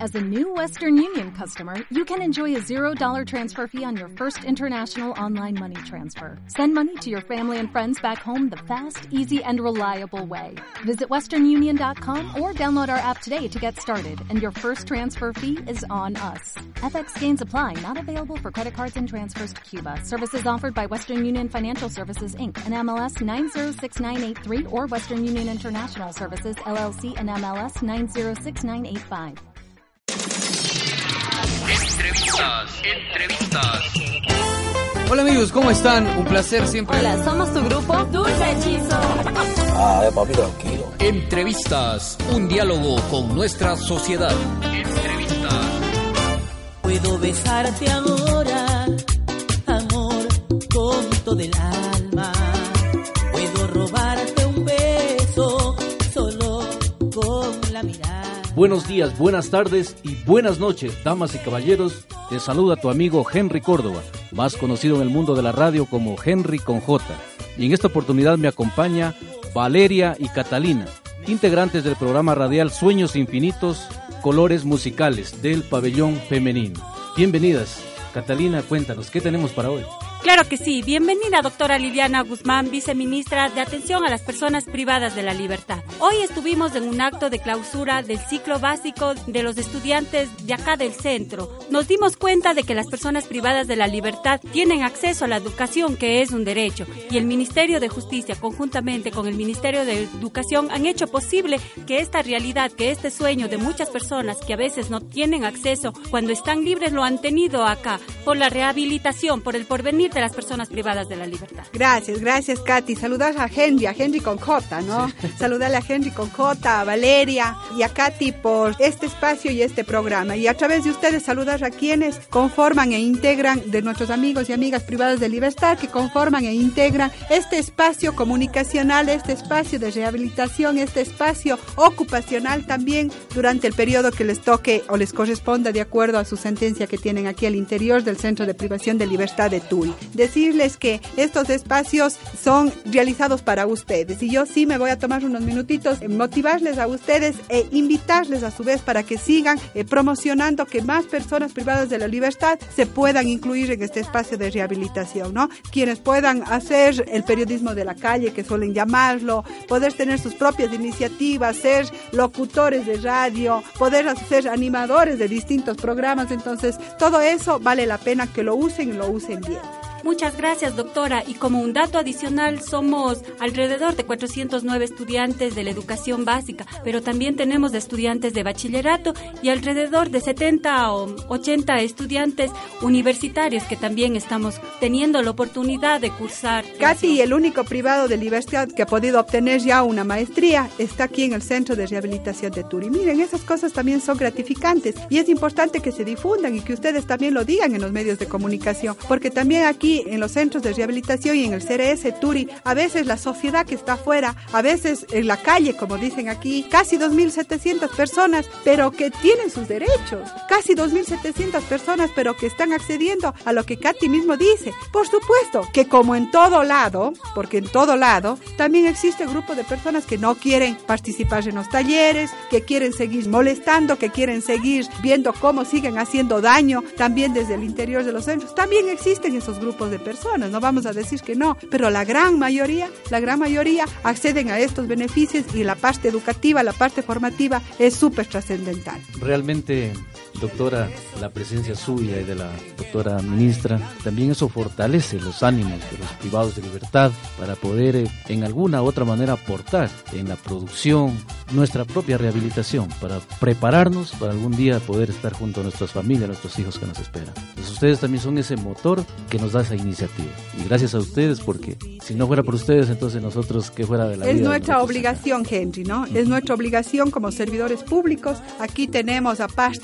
As a new Western Union customer, you can enjoy a $0 transfer fee on your first international online money transfer. Send money to your family and friends back home the fast, easy, and reliable way. Visit westernunion.com or download our app today to get started, and your first transfer fee is on us. FX gains apply, not available for credit cards and transfers to Cuba. Services offered by Western Union Financial Services, Inc., and MLS 906983, or Western Union International Services, LLC, and MLS 906985. Entrevistas. Hola amigos, ¿cómo están? Un placer siempre. Hola, somos tu grupo Dulce Hechizo. Papi, tranquilo. Entrevistas, un diálogo con nuestra sociedad. Entrevistas. Puedo besarte ahora, amor, con todo el alma. Puedo robarte un beso, solo con la mirada. Buenos días, buenas tardes y buenas noches, damas y caballeros. Te saluda tu amigo Henry Córdoba, más conocido en el mundo de la radio como Henry con J. Y en esta oportunidad me acompaña Valeria y Catalina, integrantes del programa radial Sueños Infinitos, Colores Musicales del Pabellón Femenino. Bienvenidas. Catalina, cuéntanos, ¿qué tenemos para hoy? Claro que sí. Bienvenida, doctora Liliana Guzmán, viceministra de Atención a las Personas Privadas de la Libertad. Hoy estuvimos en un acto de clausura del ciclo básico de los estudiantes de acá del centro. Nos dimos cuenta de que las personas privadas de la libertad tienen acceso a la educación, que es un derecho, y el Ministerio de Justicia, conjuntamente con el Ministerio de Educación, han hecho posible que esta realidad, que este sueño de muchas personas que a veces no tienen acceso, cuando están libres lo han tenido acá, por la rehabilitación, por el porvenir de las personas privadas de la libertad. Gracias, Katy. Saludar a Henry con J, ¿no? Sí. Saludarle a Henry con J, a Valeria y a Katy por este espacio y este programa. Y a través de ustedes saludar a quienes conforman e integran, de nuestros amigos y amigas privadas de libertad, que conforman e integran este espacio comunicacional, este espacio de rehabilitación, este espacio ocupacional también durante el periodo que les toque o les corresponda de acuerdo a su sentencia que tienen aquí al interior del Centro de Privación de Libertad de Turi. Decirles que estos espacios son realizados para ustedes y yo sí me voy a tomar unos minutitos, motivarles a ustedes e invitarles a su vez para que sigan promocionando que más personas privadas de la libertad se puedan incluir en este espacio de rehabilitación, ¿no? Quienes puedan hacer el periodismo de la calle, que suelen llamarlo, poder tener sus propias iniciativas, ser locutores de radio, poder ser animadores de distintos programas. Entonces todo eso vale la pena que lo usen y lo usen bien. Muchas gracias, doctora. Y como un dato adicional, somos alrededor de 409 estudiantes de la educación básica, pero también tenemos estudiantes de bachillerato y alrededor de 70 o 80 estudiantes universitarios que también estamos teniendo la oportunidad de cursar. Katy, el único privado de libertad que ha podido obtener ya una maestría está aquí en el Centro de Rehabilitación de Turi. Miren, esas cosas también son gratificantes y es importante que se difundan y que ustedes también lo digan en los medios de comunicación, porque también aquí en los centros de rehabilitación y en el CRS Turi, a veces la sociedad que está afuera, a veces en la calle, como dicen aquí, casi 2.700 personas, pero que tienen sus derechos, casi 2.700 personas, pero que están accediendo a lo que Katy mismo dice. Por supuesto que como en todo lado, porque en todo lado, también existe un grupo de personas que no quieren participar en los talleres, que quieren seguir molestando, que quieren seguir viendo cómo siguen haciendo daño, también desde el interior de los centros. También existen esos grupos de personas, no vamos a decir que no, pero la gran mayoría acceden a estos beneficios y la parte educativa, la parte formativa es súper trascendental. Realmente, doctora, la presencia suya y de la doctora ministra, también eso fortalece los ánimos de los privados de libertad para poder en alguna u otra manera aportar en la producción, nuestra propia rehabilitación, para prepararnos para algún día poder estar junto a nuestras familias, nuestros hijos que nos esperan. Entonces ustedes también son ese motor que nos da esa iniciativa. Y gracias a ustedes, porque si no fuera por ustedes, entonces nosotros, ¿qué fuera de la vida? Es nuestra obligación, Henry, ¿no? Es nuestra obligación como servidores públicos. Aquí tenemos, aparte de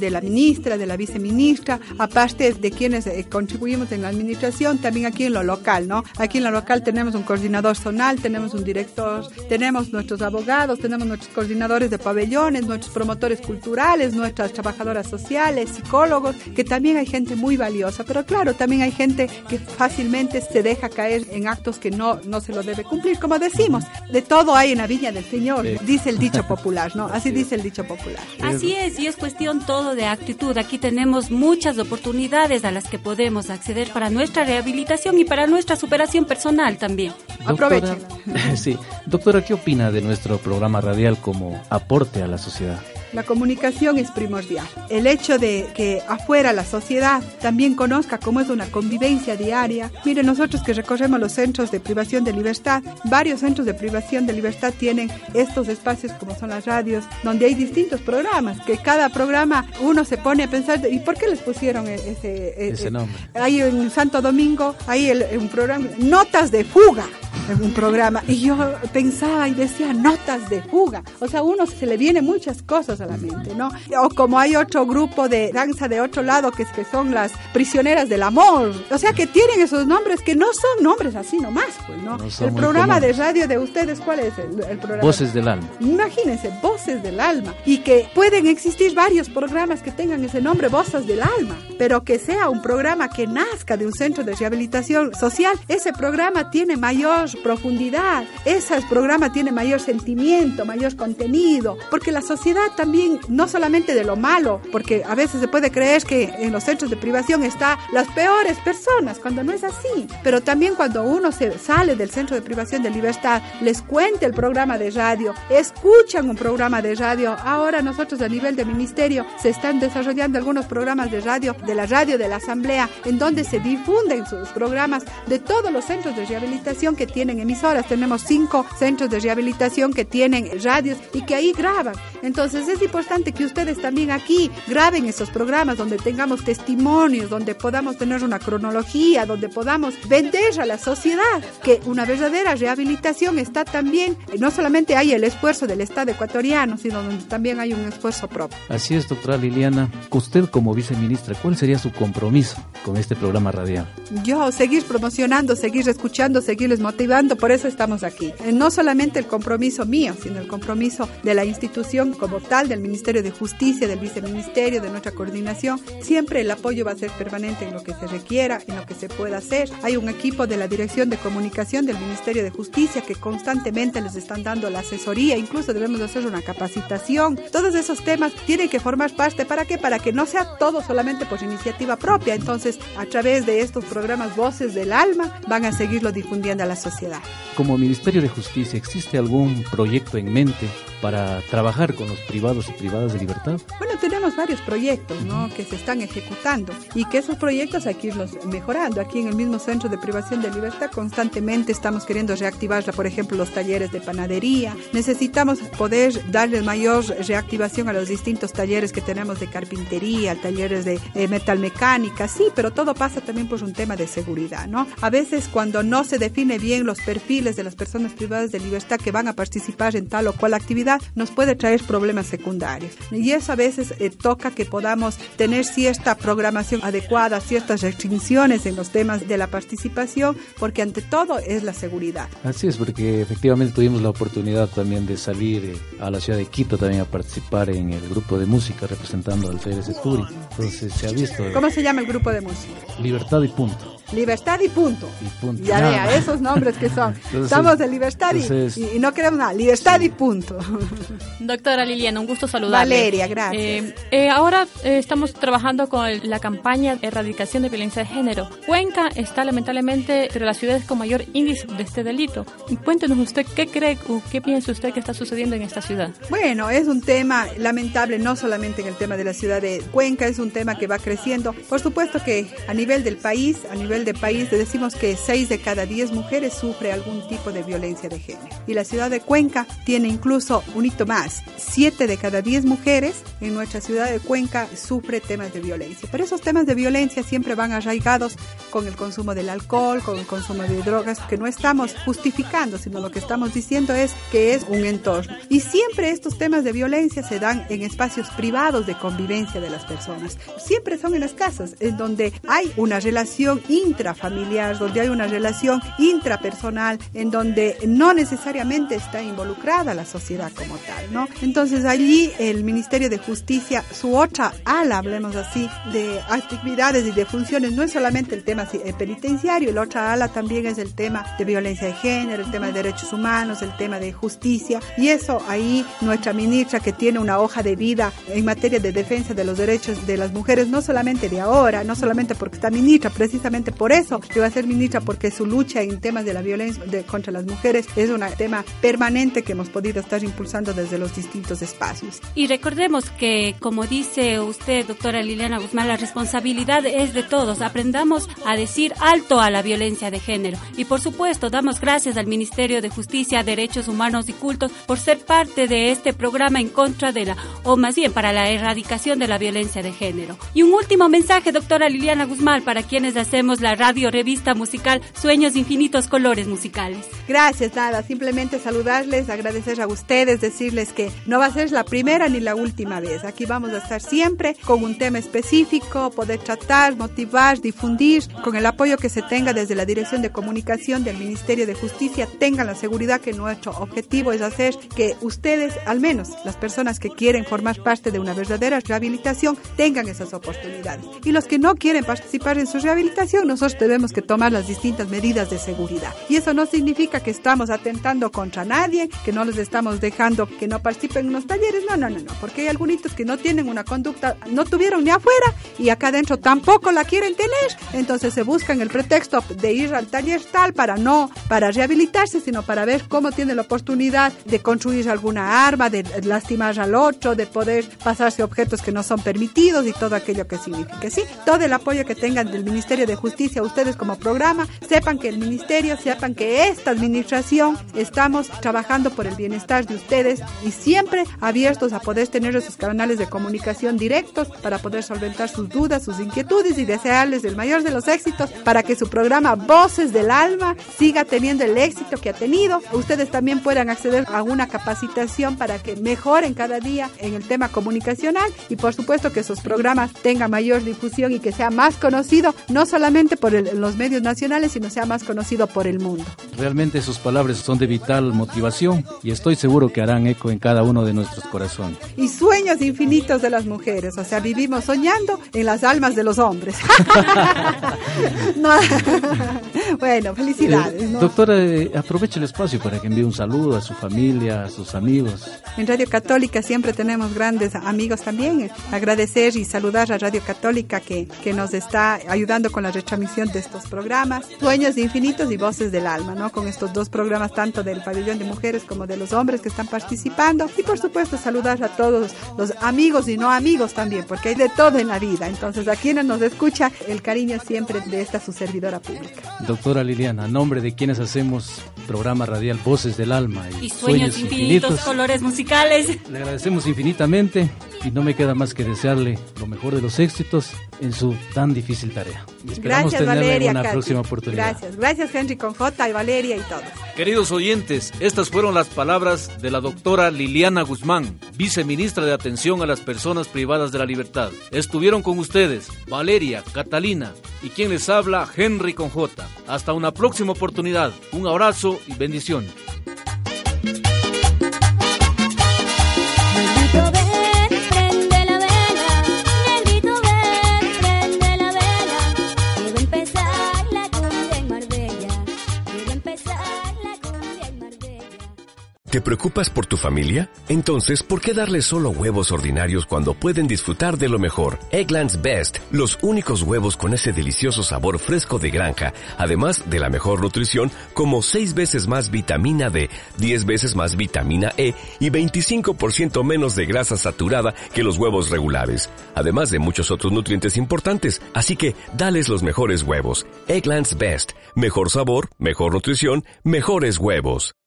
de la ministra, de la viceministra, aparte de quienes contribuimos en la administración, también aquí en lo local, ¿no? Aquí en lo local tenemos un coordinador zonal, tenemos un director, tenemos nuestros abogados, tenemos nuestros coordinadores de pabellones, nuestros promotores culturales, nuestras trabajadoras sociales, psicólogos, que también hay gente muy valiosa, pero claro, también hay gente que fácilmente se deja caer en actos que no se lo debe cumplir. Como decimos, de todo hay en la viña del Señor, dice el dicho popular, ¿no? Así dice el dicho popular. Así es, y es cuestión todo de actitud. Aquí tenemos muchas oportunidades a las que podemos acceder para nuestra rehabilitación y para nuestra superación personal también. Aprovechen. Sí. Doctora, ¿qué opina de nuestro programa radial como aporte a la sociedad? La comunicación es primordial. El hecho de que afuera la sociedad también conozca cómo es una convivencia diaria. Miren, nosotros que recorremos los centros de privación de libertad, varios centros de privación de libertad tienen estos espacios como son las radios, donde hay distintos programas, que cada programa uno se pone a pensar, ¿y por qué les pusieron ese nombre? Hay en Santo Domingo, hay un programa, Notas de Fuga, un programa, y yo pensaba y decía, Notas de Fuga. O sea, a uno se le vienen muchas cosas a la mente, ¿no? O como hay otro grupo de danza de otro lado que son las prisioneras del amor. O sea, que tienen esos nombres que no son nombres así nomás, pues, ¿no? El programa de radio de ustedes, ¿cuál es el programa? Voces del Alma. Imagínense, Voces del Alma. Y que pueden existir varios programas que tengan ese nombre, Voces del Alma, pero que sea un programa que nazca de un centro de rehabilitación social. Ese programa tiene mayor profundidad, ese programa tiene mayor sentimiento, mayor contenido, porque la sociedad también, no solamente de lo malo, porque a veces se puede creer que en los centros de privación están las peores personas, cuando no es así, pero también cuando uno se sale del centro de privación de libertad, les cuenta el programa de radio, escuchan un programa de radio. Ahora nosotros a nivel de ministerio se están desarrollando algunos programas de la radio de la asamblea, en donde se difunden sus programas de todos los centros de rehabilitación que tienen emisoras. Tenemos 5 centros de rehabilitación que tienen radios y que ahí graban. Entonces es importante que ustedes también aquí graben esos programas donde tengamos testimonios, donde podamos tener una cronología, donde podamos vender a la sociedad que una verdadera rehabilitación está también, no solamente hay el esfuerzo del Estado ecuatoriano, sino donde también hay un esfuerzo propio. Así es, doctora Liliana. Usted como viceministra, ¿cuál sería su compromiso con este programa radial? Yo, seguir promocionando, seguir escuchando, seguirles motivando, por eso estamos aquí. No solamente el compromiso mío, sino el compromiso de la institución como tal, del Ministerio de Justicia, del Viceministerio, de nuestra coordinación. Siempre el apoyo va a ser permanente en lo que se requiera, en lo que se pueda hacer. Hay un equipo de la Dirección de Comunicación del Ministerio de Justicia que constantemente les están dando la asesoría, incluso debemos hacer una capacitación. Todos esos temas tienen que formar parte, ¿para qué? Para que no sea todo solamente por iniciativa propia. Entonces, a través de estos programas Voces del Alma, van a seguirlo difundiendo a la sociedad. Como Ministerio de Justicia, ¿existe algún proyecto en mente para trabajar con los privados y privadas de libertad? Bueno, tenemos varios proyectos, ¿no?, que se están ejecutando y que esos proyectos hay que irlos mejorando. Aquí en el mismo Centro de Privación de Libertad constantemente estamos queriendo reactivar, por ejemplo, los talleres de panadería. Necesitamos poder darle mayor reactivación a los distintos talleres que tenemos de carpintería, talleres de metalmecánica, sí, pero todo pasa también por un tema de seguridad, ¿no? A veces cuando no se define bien los perfiles de las personas privadas de libertad que van a participar en tal o cual actividad, nos puede traer problemas secundarios. Y eso a veces toca que podamos tener cierta programación adecuada, ciertas restricciones en los temas de la participación, porque ante todo es la seguridad. Así es, porque efectivamente tuvimos la oportunidad también de salir a la ciudad de Quito también a participar en el grupo de música representando al TLC Turi. Entonces se ha visto... ¿Cómo se llama el grupo de música? Libertad y punto. Libertad y punto. Y punto. Ya vea, esos nombres que son. Entonces, estamos de libertad y no queremos nada. Libertad y punto. Doctora Liliana, un gusto saludarle. Valeria, gracias. Ahora estamos trabajando con la campaña de erradicación de violencia de género. Cuenca está lamentablemente entre las ciudades con mayor índice de este delito. Cuéntenos usted qué cree o qué piensa usted que está sucediendo en esta ciudad. Bueno, es un tema lamentable, no solamente en el tema de la ciudad de Cuenca, es un tema que va creciendo. Por supuesto que a nivel del país, a nivel nivel de país decimos que 6 de cada 10 mujeres sufre algún tipo de violencia de género. Y la ciudad de Cuenca tiene incluso un hito más. 7 de cada 10 mujeres en nuestra ciudad de Cuenca sufre temas de violencia. Pero esos temas de violencia siempre van arraigados con el consumo del alcohol, con el consumo de drogas, que no estamos justificando, sino lo que estamos diciendo es que es un entorno. Y siempre estos temas de violencia se dan en espacios privados de convivencia de las personas. Siempre son en las casas, en donde hay una relación intrafamiliar, donde hay una relación intrapersonal, en donde no necesariamente está involucrada la sociedad como tal, ¿no? Entonces allí el Ministerio de Justicia, su otra ala, hablemos así, de actividades y de funciones, no es solamente el tema penitenciario, el otra ala también es el tema de violencia de género, el tema de derechos humanos, el tema de justicia, y eso ahí nuestra ministra, que tiene una hoja de vida en materia de defensa de los derechos de las mujeres, no solamente de ahora, no solamente porque está ministra, precisamente por eso que va a ser ministra, porque su lucha en temas de la violencia contra las mujeres es un tema permanente que hemos podido estar impulsando desde los distintos espacios. Y recordemos que, como dice usted, doctora Liliana Guzmán, la responsabilidad es de todos. Aprendamos a decir alto a la violencia de género. Y por supuesto, damos gracias al Ministerio de Justicia, Derechos Humanos y Cultos por ser parte de este programa en contra de o más bien para la erradicación de la violencia de género. Y un último mensaje, doctora Liliana Guzmán, para quienes hacemos la radio revista musical Sueños Infinitos, Colores Musicales. Gracias, nada, simplemente saludarles, agradecer a ustedes, decirles que no va a ser la primera ni la última vez. Aquí vamos a estar siempre con un tema específico, poder tratar, motivar, difundir, con el apoyo que se tenga desde la Dirección de Comunicación del Ministerio de Justicia. Tengan la seguridad que nuestro objetivo es hacer que ustedes, al menos las personas que quieren formar parte de una verdadera rehabilitación, tengan esas oportunidades. Y los que no quieren participar en su rehabilitación, nosotros tenemos que tomar las distintas medidas de seguridad. Y eso no significa que estamos atentando contra nadie, que no les estamos dejando que no participen en los talleres, no, porque hay algunos que no tienen una conducta, no tuvieron ni afuera y acá adentro tampoco la quieren tener, entonces se buscan el pretexto de ir al taller tal para rehabilitarse, sino para ver cómo tiene la oportunidad de construir alguna arma, de lastimar al otro, de poder pasarse objetos que no son permitidos y todo aquello que signifique, ¿sí? Todo el apoyo que tengan del Ministerio de Justicia, ustedes como programa, sepan que el Ministerio, sepan que esta administración estamos trabajando por el bienestar de ustedes y siempre abiertos a poder tener esos canales de comunicación directos para poder solventar sus dudas, sus inquietudes y desearles el mayor de los éxitos para que su programa Voces del Alma siga teniendo el éxito que ha tenido. Ustedes también puedan acceder a una capacitación para que mejoren cada día en el tema comunicacional y por supuesto que sus programas tengan mayor difusión y que sea más conocido, no solamente por los medios nacionales, sino sea más conocido por el mundo. Realmente sus palabras son de vital motivación y estoy seguro que harán eco en cada uno de nuestros corazones. Y sueños infinitos de las mujeres, o sea, vivimos soñando en las almas de los hombres. No. Bueno, felicidades, ¿no? Doctora, aproveche el espacio para que envíe un saludo a su familia, a sus amigos. En Radio Católica siempre tenemos grandes amigos también. Agradecer y saludar a Radio Católica que nos está ayudando con la retransmisión de estos programas. Sueños infinitos y Voces del Alma, ¿no? Con estos dos programas, tanto del pabellón de mujeres como de los hombres que están participando. Y por supuesto saludar a todos los amigos y no amigos también, porque hay de todo en la vida. Entonces a quienes nos escucha, el cariño siempre de esta su servidora pública. Doctora Liliana, a nombre de quienes hacemos programa radial Voces del Alma y Sueños Infinitos, Colores Musicales, le agradecemos infinitamente y no me queda más que desearle lo mejor de los éxitos en su tan difícil tarea. Esperamos gracias, Valeria, una próxima oportunidad. Gracias Henry con J y Valeria y todos. Queridos oyentes, estas fueron las palabras de la doctora Liliana Guzmán, viceministra de Atención a las Personas Privadas de la Libertad. Estuvieron con ustedes Valeria, Catalina y quien les habla, Henry con J. Hasta una próxima oportunidad. Un abrazo y bendiciones. ¿Te preocupas por tu familia? Entonces, ¿por qué darles solo huevos ordinarios cuando pueden disfrutar de lo mejor? Eggland's Best, los únicos huevos con ese delicioso sabor fresco de granja, además de la mejor nutrición, como 6 veces más vitamina D, 10 veces más vitamina E y 25% menos de grasa saturada que los huevos regulares, además de muchos otros nutrientes importantes. Así que, dales los mejores huevos. Eggland's Best, mejor sabor, mejor nutrición, mejores huevos.